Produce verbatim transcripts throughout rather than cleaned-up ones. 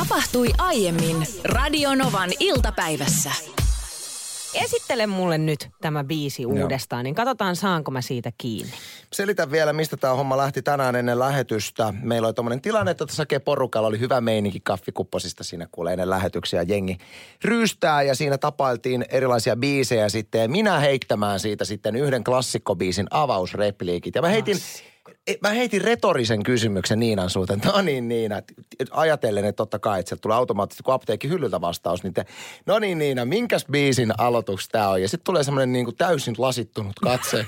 Tapahtui aiemmin Radionovan iltapäivässä. Esittele mulle nyt tämä biisi uudestaan, niin katsotaan saanko mä siitä kiinni. Selitän vielä, mistä tämä homma lähti tänään ennen lähetystä. Meillä oli tommoinen tilanne, että tässä porukalla oli hyvä meininki kaffikupposista siinä kuulee ennen lähetyksiä. Jengi ryystää ja siinä tapailtiin erilaisia biisejä sitten. Ja minä heittämään siitä sitten yhden klassikkobiisin avausrepliikit. Ja mä heitin... Mä heitin retorisen kysymyksen Niinan suhteen. No niin Niina, ajatellen, että totta kai, että sieltä tulee automaattisesti kun apteekin hyllyltä vastaus. Niin te, no niin Niina, minkäs biisin aloituksi tää on? Ja sitten tulee semmoinen niin kuin täysin lasittunut katse.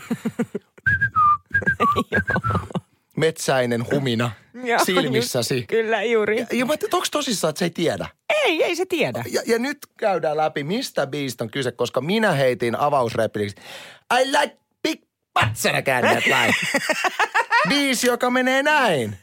Metsäinen humina Joo, silmissäsi. Just, kyllä, juuri. Ja, ja mä ajattelin, että onko tosissaan, että se ei tiedä? Ei, ei se tiedä. Ja, ja nyt käydään läpi, mistä biisistä on kyse, koska minä heitin avausrepliikiksi. I like big patsana käännät näin. Biisi, joka menee näin.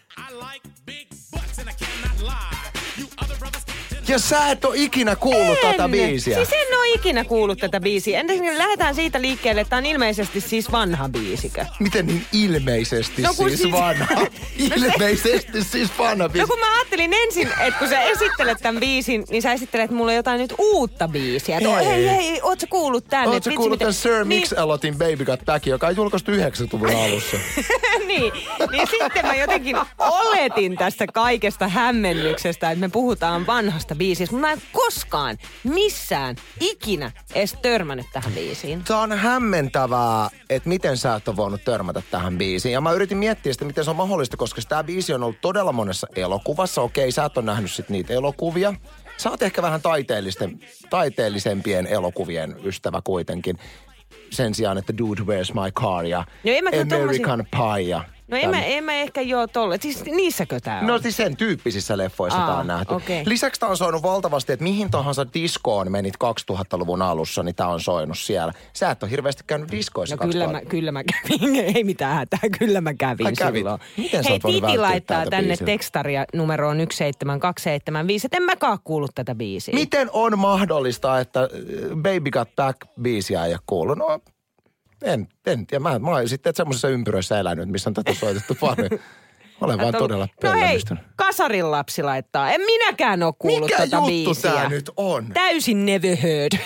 Ja sä et ole ikinä kuullut en. tätä biisiä. Siis en ole ikinä kuullut tätä biisiä. Entäs lähdetään siitä liikkeelle, että tämä on ilmeisesti siis vanha biisikö? Miten niin ilmeisesti no, siis, siis vanha? Ilmeisesti siis vanha biisi. No kun mä ajattelin ensin, että kun sä esittelet tämän biisin, niin sä esittelet mulle jotain nyt uutta biisiä. Hei, hei, hei, oot sä kuullut tänne? Oot sä kuullut tämän Sir niin... Mix-Alotin Baby Got Back, joka on julkaistu yhdeksänkymmentäluvun alussa? niin, niin sitten mä jotenkin oletin tästä kaikesta hämmennyksestä, että me puhutaan vanhasta biisistä. Mutta mä en koskaan, missään, ikinä edes törmännyt tähän biisiin. Tää on hämmentävää, että miten sä et ole voinut törmätä tähän biisiin. Ja mä yritin miettiä sitä, miten se on mahdollista, koska tämä biisi on ollut todella monessa elokuvassa. Okei, sä et ole nähnyt sit niitä elokuvia. Sä oot ehkä vähän taiteellisten, taiteellisempien elokuvien ystävä kuitenkin. Sen sijaan, että Dude, Where's My Car ja no, American tommosia... Pie ja... No en mä, en mä ehkä joo tolle. Siis niissäkö tää on? No siis sen tyyppisissä leffoissa Aa, tää on nähty. Okay. Lisäksi tää on soinut valtavasti, että mihin tahansa diskoon menit kaksituhattaluvun alussa, niin tää on soinut siellä. Sä et ole hirveästi käynyt diskoissa. No kyllä mä, kyllä mä kävin. Ei mitään hätää. Kyllä mä kävin Ai kävin. silloin. Miten sä Hei, oot voinut Titi laittaa täältä tänne biisiä? tekstaria numeroon yksi seitsemän kaksi seitsemän viisi, että en mäkaan kuullut tätä biisiä. Miten on mahdollista, että Baby Got Back-biisiä ei ole kuullut? No... En, en tiedä. Mä, mä oon sitten semmoisessa ympyröissä elänyt, missä on tätä soitettu paljon. Olen vaan todella pöllämystynyt. No hei, Kasarin lapsi laittaa. En minäkään ole kuullut Mikä tätä biisiä. biisiä. Mikä juttu tää nyt on? Täysin never heard.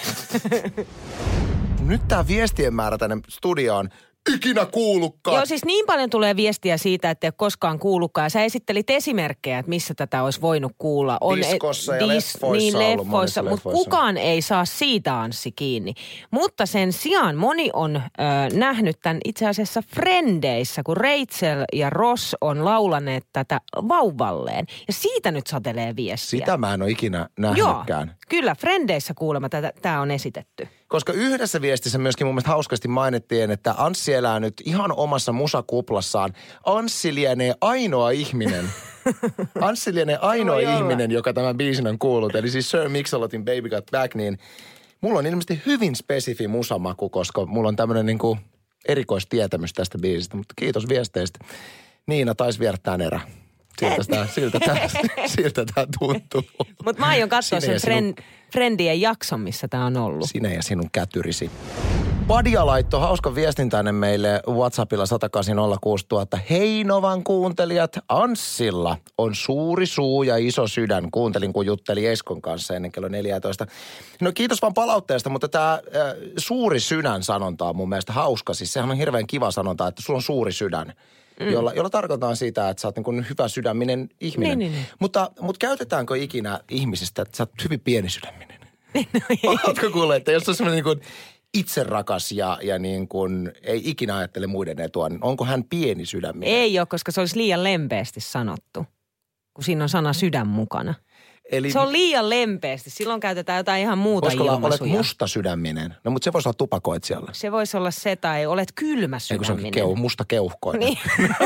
Nyt tää viestien määrä tänne studioon. Ikinä kuullutkaan. Joo, siis niin paljon tulee viestiä siitä, että ei ole koskaan kuullutkaan. Ja sä esittelit esimerkkejä, että missä tätä olisi voinut kuulla. On Diskossa ja dis, leffoissa niin, ollut, leffoissa, mutta kukaan ei saa siitä Anssi kiinni. Mutta sen sijaan moni on ö, nähnyt tämän itse asiassa Frendeissä, kun Rachel ja Ross on laulaneet tätä vauvalleen. Ja siitä nyt satelee viestiä. Sitä mä en ole ikinä nähnytkään. Joo, kyllä. Frendeissä kuulemma tämä on esitetty. Koska yhdessä viestissä myöskin mun mielestä hauskasti mainittiin, että Anssi elää nyt ihan omassa musakuplassaan. Anssi lienee ainoa ihminen. Anssi lienee ainoa ihminen, joka tämän biisin on kuullut. Eli siis Sir Mix-a-Lotin Baby Got Back, niin mulla on ilmeisesti hyvin spesifi musamaku, koska mulla on tämmöinen niin kuin erikoistietämys tästä biisistä. Mutta kiitos viesteistä. Niina taisi viedä tämän erä. Siltä tämä, siltä tämä, siltä tämä tuntuu. Mutta mä aion katsoa sen sinun... Friendien jakson, missä tämä on ollut. Sinä ja sinun kätyrisi. Padia laittoi hauskan viestin tänne meille WhatsAppilla sata kahdeksan nolla kuusi nolla nolla nolla. Hei Novan kuuntelijat, Anssilla on suuri suu ja iso sydän. Kuuntelin, kun jutteli Eskon kanssa ennen kello neljätoista. No kiitos vaan palautteesta, mutta tämä äh, suuri sydän sanonta on mun mielestä hauska. Siis sehän on hirveän kiva sanonta, että sulla on suuri sydän. Mm. Jolla, jolla tarkoitetaan sitä, että sä oot niin kuin hyvä sydäminen ihminen. Niin, niin, niin. Mutta, mutta käytetäänkö ikinä ihmisistä, että sä oot hyvin pienisydäminen? No ootko kuullut, että jos on semmoinen niin kuin itserakas ja, ja niin kuin ei ikinä ajattele muiden etua, niin onko hän pienisydäminen? Ei ole, koska se olisi liian lempeästi sanottu, kun siinä on sana sydän mukana. Eli se on liian lempeästi. Silloin käytetään jotain ihan muuta voisiko ilmaisuja. Voisiko olla, olet mustasydäminen? No, mutta se voisi olla tupakoitsijalla. Se voisi olla se, tai olet kylmäsydäminen. Eikö se onkin keu, musta keuhkoinen? Niin.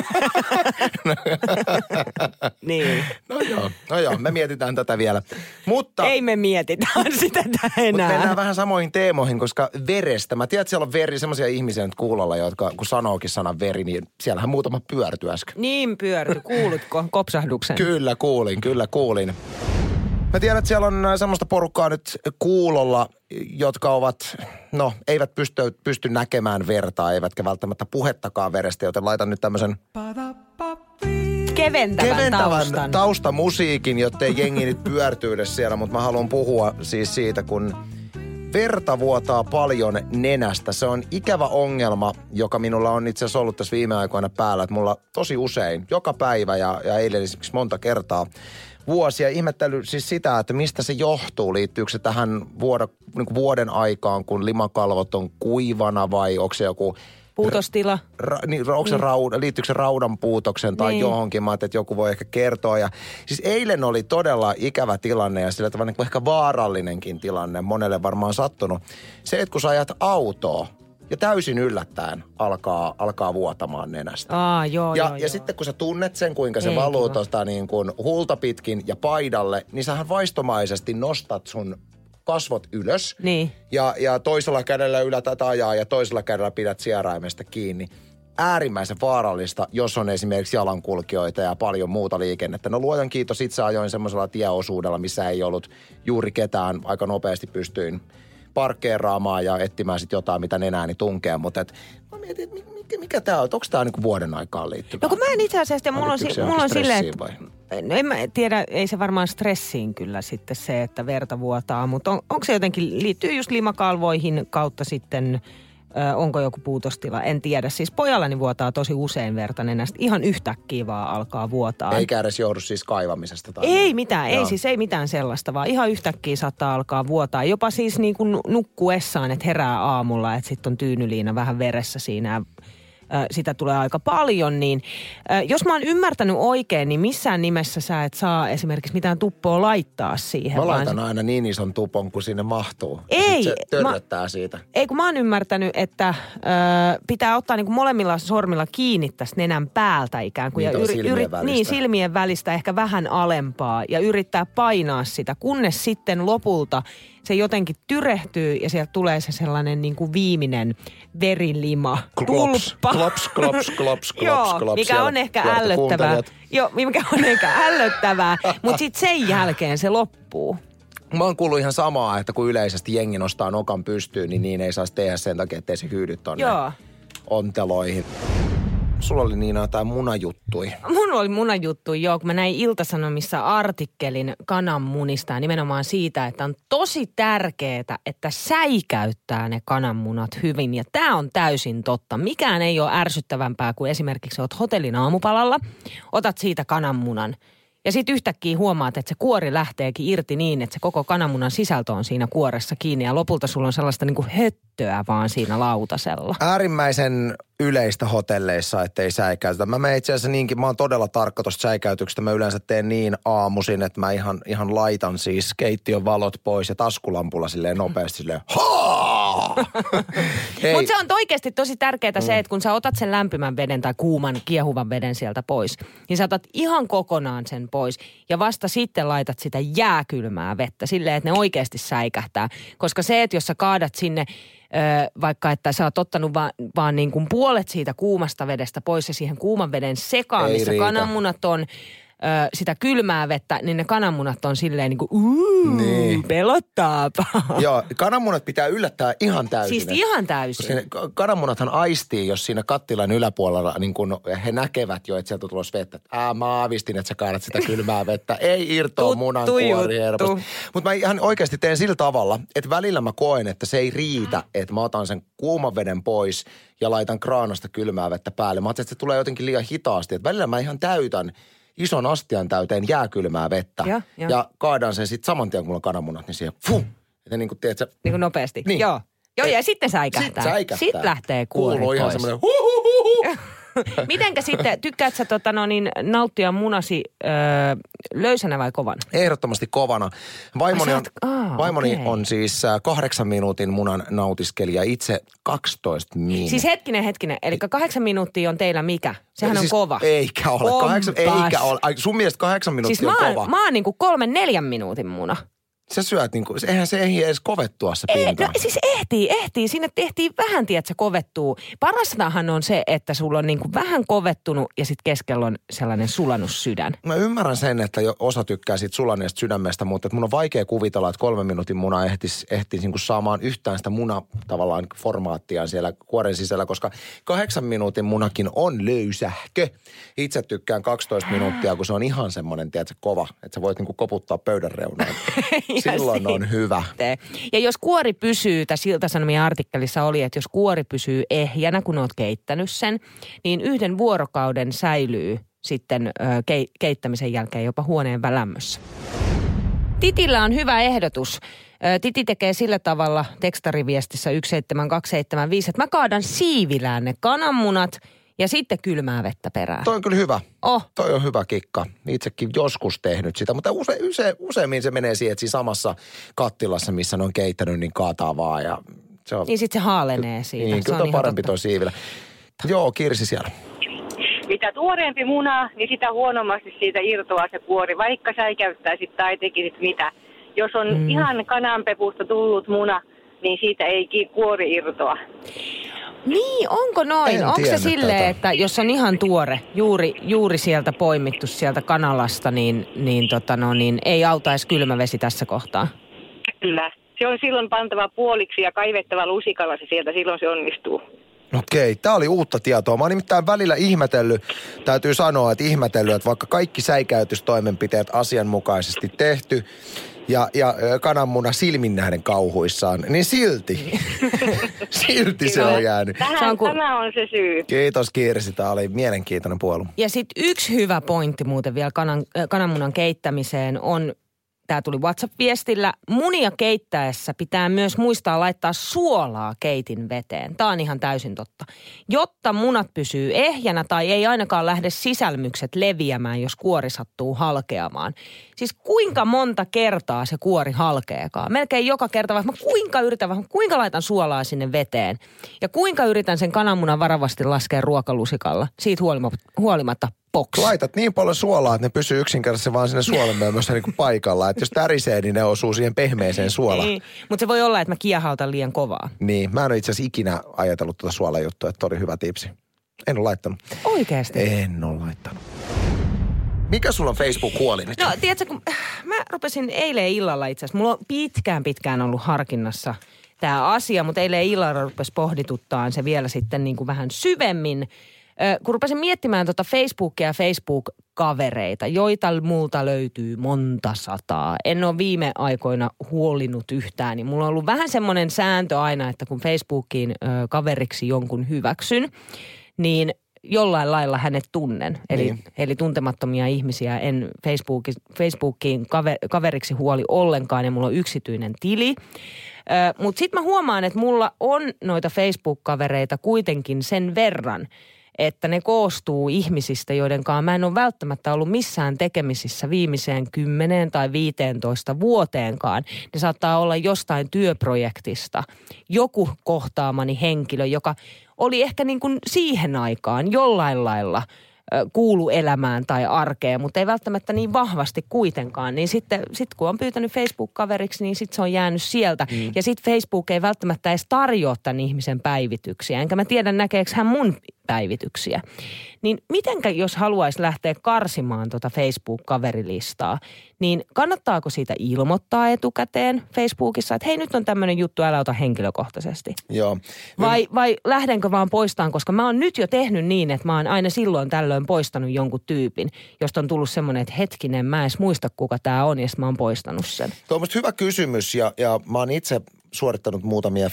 niin. No joo, no joo, me mietitään tätä vielä. Mutta... Ei me mietitään sitä enää. Mutta mennään vähän samoihin teemoihin, koska verestä. Mä tiedän, että siellä on veri, semmoisia ihmisiä nyt kuulolla, jotka kun sanookin sanan veri, niin siellähän muutama pyörtyi äsken. Niin pyörtyi. Kuulutko kopsahduksen? Kyllä kuulin, kyllä kuulin. Mä tiedän, että siellä on semmoista porukkaa nyt kuulolla, jotka ovat, no, eivät pysty, pysty näkemään vertaa, eivätkä välttämättä puhettakaan verestä, joten laitan nyt tämmöisen keventävän, keventävän taustan. taustamusiikin, jottei jengi nyt pyörtyile siellä, mutta mä haluan puhua siis siitä, kun verta vuotaa paljon nenästä. Se on ikävä ongelma, joka minulla on itse asiassa ollut tässä viime aikoina päällä, että mulla tosi usein, joka päivä ja, ja eilen esimerkiksi monta kertaa vuosia ihmettely siis sitä, että mistä se johtuu. Liittyykö se tähän vuoda, niin kuin vuoden aikaan, kun limakalvot on kuivana vai onko se joku puutostila. Ra, niin, onko se rauda, liittyykö se raudan puutoksen tai niin. johonkin? Mä ajattelin, että joku voi ehkä kertoa. Ja, siis eilen oli todella ikävä tilanne ja sillä tavalla niin ehkä vaarallinenkin tilanne. Monelle varmaan sattunut. Se, että kun sä ajat autoa ja täysin yllättäen alkaa, alkaa vuotamaan nenästä. Aa, joo, ja, joo, ja joo. sitten kun sä tunnet sen, kuinka se Ei valuu kiva. tuosta niin kuin hulta pitkin ja paidalle, niin sähän vaistomaisesti nostat sun kasvot ylös. Niin. Ja, ja toisella kädellä yllätät ajaa ja toisella kädellä pidät sieraimesta kiinni. Äärimmäisen vaarallista, jos on esimerkiksi jalankulkijoita ja paljon muuta liikennettä. No luojan kiitos, itse ajoin semmoisella tieosuudella, missä ei ollut juuri ketään. Aika nopeasti pystyin parkkeeraamaan ja etsimään sitten jotain, mitä nenääni tunkee. Mutta et, mä mietin, että mikä, mikä tämä on? Onko tämä niinku vuoden aikaan liittyvä? No kun mä en itse asiassa, ja mulla on, si- mulla on silleen, että, vai? no en mä tiedä, ei se varmaan stressiin kyllä sitten se, että verta vuotaa, mutta on, onko se jotenkin, liittyy just limakalvoihin kautta sitten, ö, onko joku puutostila, en tiedä. Siis pojallani vuotaa tosi usein verta nenästä, ihan yhtäkkiä vaan alkaa vuotaa. Eikä edes joudu siis kaivamisesta? Tai ei mitään, ei Joo. siis ei mitään sellaista, vaan ihan yhtäkkiä saattaa alkaa vuotaa. Jopa siis niin kuin nukkuessaan, että herää aamulla, että sitten on tyynyliina vähän veressä siinä sitä tulee aika paljon, niin jos mä oon ymmärtänyt oikein, niin missään nimessä sä et saa esimerkiksi mitään tuppoa laittaa siihen. Mä laitan vaan... aina niin ison tupon, kun sinne mahtuu. Ei. Se törröttää mä... siitä. Ei, kun mä oon ymmärtänyt, että ö, pitää ottaa niinku molemmilla sormilla kiinni tästä nenän päältä ikään kuin. Niin, ja yri, silmien yrit, välistä. Niin, silmien välistä ehkä vähän alempaa ja yrittää painaa sitä, kunnes sitten lopulta se jotenkin tyrehtyy ja sieltä tulee se sellainen niin kuin viiminen verilima. Klops, Tulppa. klops, klops, klops, klops, Joo, klops. mikä Siellä on ehkä pyörät ällöttävää. kuuntelijat. Joo, mikä on ehkä ällöttävää, mutta sitten sen jälkeen se loppuu. Mä oon kuullut ihan samaa, että kun yleisesti jengi nostaa nokan pystyyn, niin niin ei saisi tehdä sen takia, ettei se hyydy tonne Joo. onteloihin. Sulla oli Niina jotain munajuttui. Mun oli munajuttu, joo, kun mä näin Ilta-Sanomissa artikkelin kananmunista ja nimenomaan siitä, että on tosi tärkeää, että säikäyttää ne kananmunat hyvin. Ja tää on täysin totta. Mikään ei ole ärsyttävämpää kuin esimerkiksi oot hotellin aamupalalla, otat siitä kananmunan. Ja sitten yhtäkkiä huomaat, että se kuori lähteekin irti niin, että se koko kananmunan sisältö on siinä kuoressa kiinni. Ja lopulta sulla on sellaista niinku höttöä vaan siinä lautasella. Äärimmäisen yleistä hotelleissa, ettei säikäytetä. Mä menen itse asiassa niinkin, mä oon todella tarkka tosta säikäytyksestä. Mä yleensä teen niin aamuisin, että mä ihan, ihan laitan siis keittiön valot pois ja taskulampulla silleen nopeasti silleen haa! Mutta se on oikeasti tosi tärkeää se, että kun sä otat sen lämpimän veden tai kuuman kiehuvan veden sieltä pois, niin sä otat ihan kokonaan sen pois ja vasta sitten laitat sitä jääkylmää vettä silleen, että ne oikeasti säikähtää. Koska se, että jos sä kaadat sinne Öö, vaikka että sä oot ottanut vaan, vaan niin kuin puolet siitä kuumasta vedestä pois ja siihen kuuman veden sekaan, Ei missä riitä. kananmunat on öö, sitä kylmää vettä, niin ne kananmunat on silleen niin kuin uuu, Niin. pelottaapa. Joo, kananmunat pitää yllättää ihan täysin. Siis ihan täysin. Koska ne kananmunathan aistii, jos siinä kattilan yläpuolella niin kun he näkevät jo, että sieltä on tulossa vettä. Ää, mä aavistin, että sä kaadat sitä kylmää vettä. Ei irtoa Tuttu munan kuori juttu. helposti. Mutta mä ihan oikeasti teen sillä tavalla, että välillä mä koen, että se ei riitä, että mä otan sen kuuman veden pois ja laitan kraanasta kylmää vettä päälle. Mä ajattelin, että se tulee jotenkin liian hitaasti. Että välillä mä ihan täytän ison astian täyteen jääkylmää vettä. Ja, ja. ja kaadan sen sitten saman tien, kun mulla on kananmunat, niin siihen fuh. Että niin kuin tiedät sä, Niin kuin nopeasti. Niin. Joo. Joo, ja sitten säikähtää. Sitten säikähtää. Sitten lähtee kuori Kuuluu ihan pois. semmoinen huhuhuhu. Mitenkä sitten, tykkäätkö sä tota, no niin, nauttia munasi öö, löysänä vai kovana? Ehdottomasti kovana. Vaimoni, Ai on, sä oot- aa, vaimoni okei. on siis äh, kahdeksan minuutin munan nautiskelija, itse kaksitoista min. Siis hetkinen, hetkinen. Eli kahdeksan minuuttia on teillä mikä? Sehän siis on kova. Eikä ole. Onpas. Kahdeksan, eikä ole. Ai, sun mielestä kahdeksan minuuttia Siis on mä oon, kova? mä oon niinku kolmen neljän minuutin muna. Sä syöt niinku, eihän se ehdi edes kovettua se pinta. Ei, no siis ehtii, ehtii. Sinne tehtiin vähän, tiedät, se kovettuu. Parastahan on se, että sulla on niinku vähän kovettunut ja sitten keskellä on sellainen sulanut sydän. Mä ymmärrän sen, että jo osa tykkää siitä sulaneesta sydämestä, mutta että mun on vaikea kuvitella, että kolmen minuutin muna ehtisi, ehtisi niinku saamaan yhtään sitä muna tavallaan formaattia siellä kuoren sisällä, koska kahdeksan minuutin munakin on löysähkö. Itse tykkään kaksitoista minuuttia, kun se on ihan semmoinen, tiedätkö, kova, että sä voit niinku koputtaa pöydän reunaan. Silloin on hyvä. Ja jos kuori pysyy, tässä Ilta-Sanomien artikkelissa oli, että jos kuori pysyy ehjänä, kun oot keittänyt sen, niin yhden vuorokauden säilyy sitten ö, ke- keittämisen jälkeen jopa huoneen lämmössä. Titillä on hyvä ehdotus. Ö, Titi tekee sillä tavalla tekstariviestissä yksi seitsemän kaksi seitsemän viisi, että mä kaadan siivilään ne kananmunat ja sitten kylmää vettä perään. Toi on kyllä hyvä. Oh. Toi on hyvä kikka. Itsekin joskus tehnyt sitä, mutta use, use, useimmin se menee siihen, että siinä samassa kattilassa, missä ne on keittänyt, niin kaataa vaan. Ja se on, niin sitten se haalenee siitä. Niin, kyllä on, on parempi toi siivilä. Joo, Kirsi siellä. Mitä tuoreempi muna, niin sitä huonommasti siitä irtoaa se kuori, vaikka säikäyttäisit tai tekisit mitä. Jos on mm. ihan kananpepusta tullut muna, niin siitä ei kuori irtoa. Niin, onko noin? En onko se silleen, tätä. että jos on ihan tuore, juuri, juuri sieltä poimittu sieltä kanalasta, niin, niin, tota no, niin ei autaisi kylmävesi tässä kohtaa? Kyllä. Se on silloin pantava puoliksi ja kaivettava lusikalla se sieltä, silloin se onnistuu. Okei, tämä oli uutta tietoa. Mä oon nimittäin välillä ihmetellyt, täytyy sanoa, että ihmetellyt, että vaikka kaikki säikäytystoimenpiteet asianmukaisesti tehty ja, ja kananmuna silmin nähden kauhuissaan, niin silti, silti se on jäänyt. Tähän, Se on ku... Tämä on se syy. Kiitos Kirsi, tämä oli mielenkiintoinen puolu. Ja sitten yksi hyvä pointti muuten vielä kanan, äh, kananmunan keittämiseen on, tämä tuli WhatsApp-viestillä, munia keittäessä pitää myös muistaa laittaa suolaa keitin veteen. Tämä on ihan täysin totta. Jotta munat pysyy ehjänä tai ei ainakaan lähde sisälmykset leviämään, jos kuori sattuu halkeamaan. Siis kuinka monta kertaa se kuori halkeakaan? Melkein joka kerta, vaikka mä kuinka yritän, vaikka kuinka laitan suolaa sinne veteen. Ja kuinka yritän sen kananmunan varovasti laskea ruokalusikalla. Siitä huolimatta, huolimatta box. Laitat niin paljon suolaa, että ne pysyy yksinkertaisesti vaan sinne suolenmöömössä niin kuin paikalla. Että jos tärisee, niin ne osuu siihen pehmeeseen suolaan. Niin, mutta se voi olla, että mä kiehautan liian kovaa. Niin, mä en ole itse asiassa ikinä ajatellut tuota suolajuttua, että oli hyvä tipsi. En ole laittanut. Oikeasti? En ole laittanut. Mikä sulla on Facebook-huoli nyt? No, tiedätkö, kun mä rupesin eilen illalla itse asiassa, mulla on pitkään pitkään ollut harkinnassa tämä asia, mutta eilen illalla rupesi pohdituttaan se vielä sitten niin kuin vähän syvemmin. Kun rupesin miettimään tuota Facebookia ja Facebook-kavereita, joita multa löytyy monta sataa. En ole viime aikoina huolinut yhtään, niin mulla on ollut vähän semmoinen sääntö aina, että kun Facebookiin ö, kaveriksi jonkun hyväksyn, niin jollain lailla hänet tunnen. Eli, niin. eli tuntemattomia ihmisiä en Facebookiin, Facebookiin kaver, kaveriksi huoli ollenkaan ja mulla on yksityinen tili. Mutta sitten mä huomaan, että mulla on noita Facebook-kavereita kuitenkin sen verran, että ne koostuu ihmisistä, joidenkaan mä en ole välttämättä ollut missään tekemisissä viimeiseen kymmeneen tai viiteentoista vuoteenkaan. Ne saattaa olla jostain työprojektista. Joku kohtaamani henkilö, joka oli ehkä niin kuin siihen aikaan jollain lailla kuulu elämään tai arkeen, mutta ei välttämättä niin vahvasti kuitenkaan. Niin sitten sit kun on pyytänyt Facebook-kaveriksi, niin sitten se on jäänyt sieltä. Mm. Ja sitten Facebook ei välttämättä edes tarjoa tämän ihmisen päivityksiä. Enkä mä tiedä, näkeekö hän mun päivityksiä. Niin mitenkä, jos haluaisi lähteä karsimaan tuota Facebook-kaverilistaa, niin kannattaako siitä ilmoittaa etukäteen Facebookissa, että hei, nyt on tämmöinen juttu, älä ota henkilökohtaisesti? Joo. Vai, vai lähdenkö vaan poistamaan, koska mä oon nyt jo tehnyt niin, että mä oon aina silloin tällöin poistanut jonkun tyypin, josta on tullut semmoinen, että hetkinen, mä en edes muista, kuka tää on, ja mä oon poistanut sen. Tuo on musta hyvä kysymys, ja, ja mä oon itse suorittanut muutamia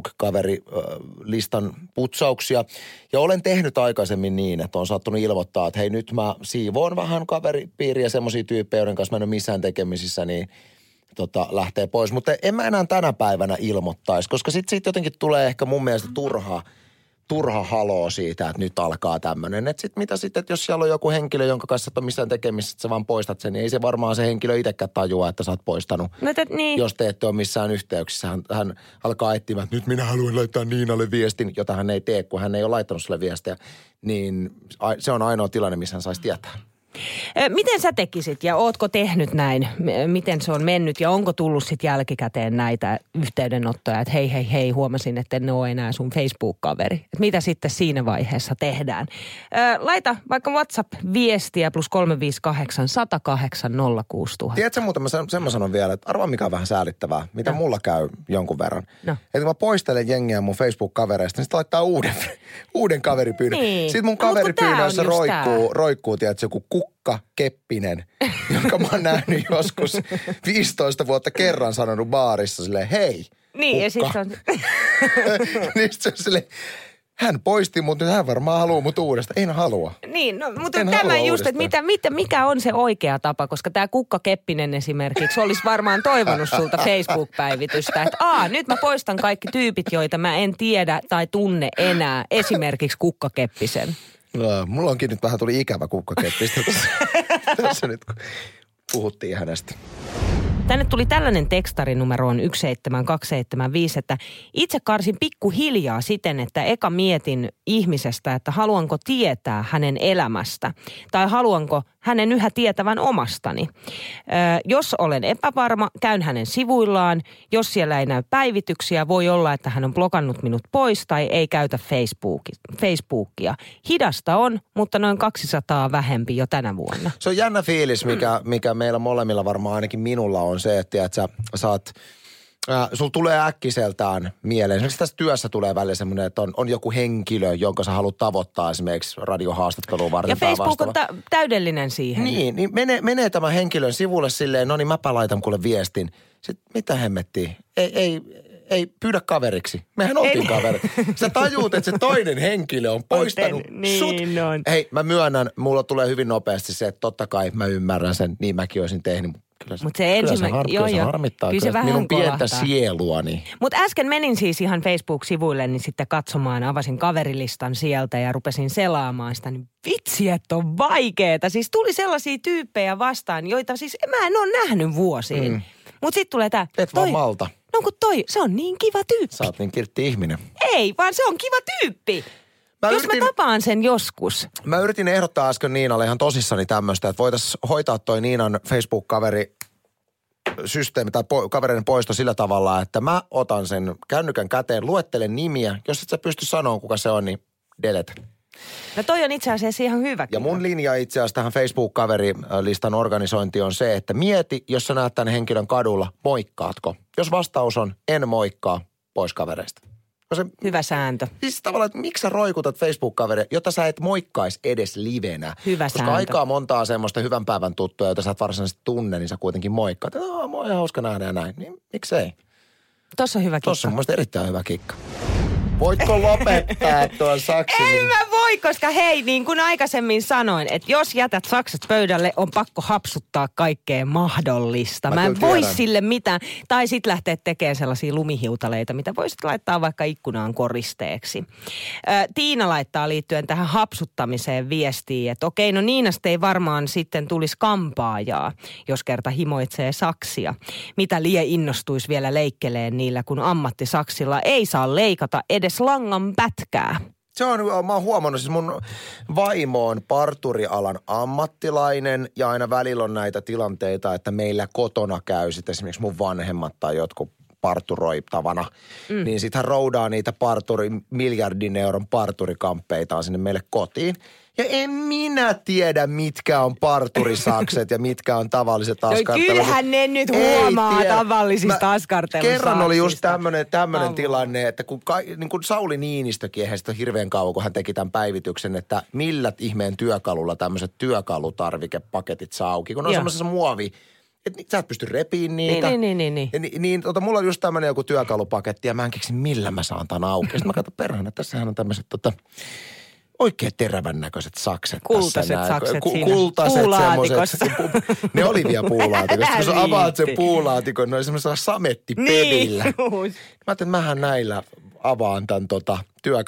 Facebook-kaverilistan putsauksia. Ja olen tehnyt aikaisemmin niin, että on saattanut ilmoittaa, että hei, nyt mä siivoon vähän kaveripiiriä, semmoisia tyyppejä, joiden kanssa mä en ole missään tekemisissä, niin tota, lähtee pois. Mutta en mä enää tänä päivänä ilmoittaisi, koska sitten sit jotenkin tulee ehkä mun mielestä turhaa. turha haloo siitä, että nyt alkaa tämmöinen. Että sitten mitä sitten, että jos siellä on joku henkilö, jonka kanssa et ole missään tekemisissä, että sä vaan poistat sen, niin ei se varmaan se henkilö itsekään tajua, että sä oot poistanut. No te, niin. Jos te ette ole missään yhteyksissä. Hän, hän alkaa etsimään, että nyt minä haluan laittaa Niinalle viestin, jota hän ei tee, kun hän ei ole laittanut sulle viestiä. Niin se on ainoa tilanne, missä hän saisi tietää. Miten sä tekisit ja ootko tehnyt näin? Miten se on mennyt ja onko tullut sitten jälkikäteen näitä yhteydenottoja, että hei hei hei, huomasin, että en ole enää sun Facebook-kaveri. Et mitä sitten siinä vaiheessa tehdään? Laita vaikka WhatsApp-viestiä plus kolme viisi kahdeksan, sata kahdeksan, nolla kuusi tuhatta. Tiedätkö muuten, mä sen mä sanon vielä, että arvaa mikä on vähän säälittävää, mitä no. mulla käy jonkun verran. No. Että mä poistelen jengiä mun Facebook-kavereista, niin sitten laittaa uuden, uuden kaveripyynnön. Niin. Sitten mun no, kaveripyynnöissä roikkuu, roikkuu, tiedätkö, joku Kukka Keppinen, jonka mä oon nähnyt joskus viisitoista vuotta kerran sanonut baarissa silleen, hei, niin, Kukka. Ja sit on... niin sit se on silleen, hän poisti mut, nyt hän varmaan haluaa mut uudestaan. En halua. Niin, no, mutta en tämä just, että mitä, mitä, mikä on se oikea tapa, koska tämä Kukka Keppinen esimerkiksi olisi varmaan toivonut sulta Facebook-päivitystä, että aa, nyt mä poistan kaikki tyypit, joita mä en tiedä tai tunne enää, esimerkiksi Kukka Keppisen. No, mulla onkin nyt vähän tuli ikävä Kukkakeppistä tässä, tässä nyt, kun puhuttiin hänestä. Tänne tuli tällainen tekstari numeroon yksi seitsemän kaksi seitsemän viisi, että itse karsin pikkuhiljaa siten, että eka mietin ihmisestä, että haluanko tietää hänen elämästä tai haluanko hänen yhä tietävän omastani. Ö, jos olen epävarma, käyn hänen sivuillaan. Jos siellä ei näy päivityksiä, voi olla, että hän on blokannut minut pois tai ei käytä Facebookia. Hidasta on, mutta noin kaksisataa vähempi jo tänä vuonna. Se on jännä fiilis, mikä, mikä meillä molemmilla varmaan ainakin minulla on se, että, että sä saat... Äh, sulla tulee äkkiseltään mieleen. Esimerkiksi tässä työssä tulee välillä semmoinen, että on, on joku henkilö, jonka sä haluat tavoittaa esimerkiksi radiohaastatteluun varten. Ja Facebook on ta- täydellinen siihen. Niin, niin menee, menee tämän henkilön sivulle silleen, no niin mäpä laitan kuule viestin. Sitten mitä hemmettiin? Ei, ei, ei pyydä kaveriksi. Mehän oltiin kaveri. Sä tajuut, että se toinen henkilö on poistanut niin sut. On. Hei, mä myönnän, mulla tulee hyvin nopeasti se, että totta kai mä ymmärrän sen, niin mäkin olisin tehnyt. Kyllä se, Mut se kyllä se, har, joo, kyllä se joo. harmittaa. Kyllä se kyllä vähän minun pientä kolahtaa. sieluani. Mutta äsken menin siis ihan Facebook-sivuille niin sitten katsomaan, avasin kaverilistan sieltä ja rupesin selaamaan sitä. Niin vitsi, että on vaikeeta. Siis tuli sellaisia tyyppejä vastaan, joita siis mä en ole nähnyt vuosiin. Mm. Mutta sitten tulee tää. Et toi, vaan malta. No kun toi, se on niin kiva tyyppi. Sä oot niin kiltti ihminen. Ei, vaan se on kiva tyyppi. Mä Jos yritin, mä tapaan sen joskus. Mä yritin ehdottaa äsken Niinalle ihan tosissani tämmöistä, että voitaisiin hoitaa toi Niinan Facebook-kaveri systeemi tai po, kavereiden poisto sillä tavalla, että mä otan sen kännykän käteen, luettelen nimiä. Jos et sä pysty sanoa, kuka se on, niin delete. No toi on itse asiassa ihan hyvä. Ja mun linja itse asiassa tähän Facebook-kaverilistan organisointiin on se, että mieti, jos sä näet tämän henkilön kadulla, moikkaatko? Jos vastaus on en moikkaa, pois kavereista. Se, hyvä sääntö. Siis tavallaan, että miksi sä roikutat Facebook-kaveria, jota sä et moikkaisi edes livenä. Hyvä Koska sääntö. aikaa montaa semmoista hyvän päivän tuttua, jota sä et varsinaisesti tunne, niin sä kuitenkin moikkaat. Että moi, ihan hauska nähdä ja näin. Niin miksei? Tossa on hyvä kikka. Tossa on mun mielestä erittäin hyvä kikka. Voitko lopettaa tuon saksin? En mä voi, koska hei, niin kuin aikaisemmin sanoin, että jos jätät sakset pöydälle, on pakko hapsuttaa kaikkea mahdollista. Mä, mä en voi sille mitään. Tai sit lähteä tekemään sellaisia lumihiutaleita, mitä voisit laittaa vaikka ikkunaan koristeeksi. Ö, Tiina laittaa liittyen tähän hapsuttamiseen viestiä, että okei, no Niinasta ei varmaan sitten tulisi kampaajaa, jos kerta himoitsee saksia. Mitä lie innostuisi vielä leikkeleen niillä, kun ammattisaksilla ei saa leikata edes langan pätkää. Se on, mä oon huomannut, siis mun vaimo on parturialan ammattilainen ja aina välillä on näitä tilanteita, että meillä kotona käy sitten esimerkiksi mun vanhemmat tai jotkut parturoitavana, mm. niin sit hän roudaa niitä parturi, miljardin euron parturikampeitaan sinne meille kotiin. Ja en minä tiedä, mitkä on parturisakset ja mitkä on tavalliset askartelut. No kyllähän ne nyt huomaa tavallisista askartelusaksista. Kerran oli just tämmönen, tämmönen tilanne, että kun, niin kun Sauli Niinistökin, eihän sitä hirveän kauan, kun hän teki tämän päivityksen, että millä ihmeen työkalulla tämmöiset työkalutarvikepaketit saa auki, kun on semmoisessa muovi. Että sä et pysty repiin niitä. Niin, niin, niin. niin. Ja, niin, niin tota, mulla on just tämmönen joku työkalupaketti ja mä en keksin, millä mä saan tämän auki. Sitten mä katson perhana, että tässähän on tämmöiset tota, oikein terävän näköiset sakset. Kultaiset tässä sakset Ku, siinä kultaiset puulaatikossa. Ne oli vielä puulaatikossa. Kun sä avaat sen puulaatikon, ne oli semmoisella samettipedillä. Niin. Mä ajattelin, että mähän näillä avaan tämän tota,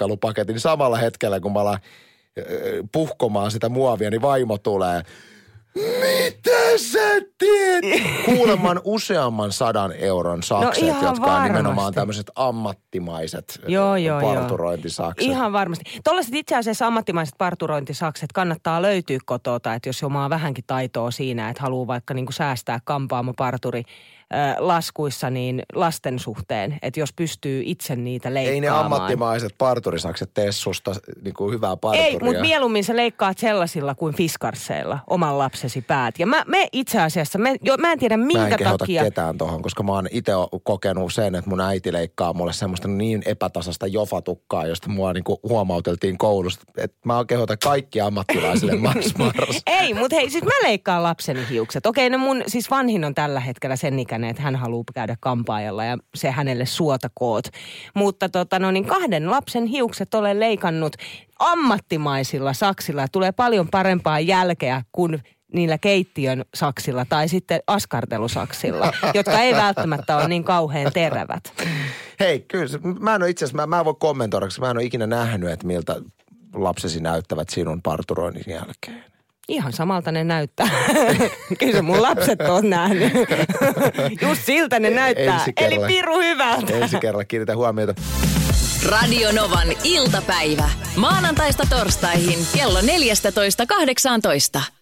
työkalupaketin. Samalla hetkellä, kun mä alan puhkomaan sitä muovia, niin vaimo tulee. Mitä sä teet? Kuulemman useamman sadan euron sakset, no jotka varmasti. on nimenomaan tämmöiset ammattimaiset joo, joo, parturointisakset. Joo. Ihan varmasti. Tuollaiset itse asiassa ammattimaiset parturointisakset kannattaa löytyä kotota, että jos omaa vähänkin taitoa siinä, että haluaa vaikka niinku säästää kampaamoparturi laskuissa niin lasten suhteen, että jos pystyy itse niitä leikkaamaan. Ei ne ammattimaiset parturisakset tee susta niin kuin hyvää parturia. Ei, mutta mieluummin sä leikkaat sellaisilla kuin fiskarsseilla oman lapsesi päät. Ja mä, me itse asiassa, me, jo, mä en tiedä minkä takia. Mä en kehota takia. ketään tohon, koska mä oon itse kokenut sen, että mun äiti leikkaa mulle semmoista niin epätasasta jofatukkaa, josta mua niin kuin huomauteltiin koulusta. Että mä oon kehota kaikki ammattilaisille Max Mars. Ei, mutta hei, siis mä leikkaan lapseni hiukset. Okei, no mun siis vanhin on tällä hetkellä sen ikäinen, että hän haluaa käydä kampaajalla ja se hänelle suotakoot. Mutta tota, no niin kahden lapsen hiukset olen leikannut ammattimaisilla saksilla. Tulee paljon parempaa jälkeä kuin niillä keittiön saksilla tai sitten askartelusaksilla, jotka ei välttämättä ole niin kauhean terävät. Hei, kyllä, mä en ole itse asiassa, mä, mä en voi kommentoida, koska mä en ole ikinä nähnyt, että miltä lapsesi näyttävät sinun parturoinnin jälkeen. Ihan samalta ne näyttää. Kyllä se mun lapset on nähnyt. Just siltä ne näyttää. Eli piru hyvältä. Ensi kerralla kiinnitä huomiota. Radio Novan iltapäivä. Maanantaista torstaihin kello neljätoista kahdeksantoista.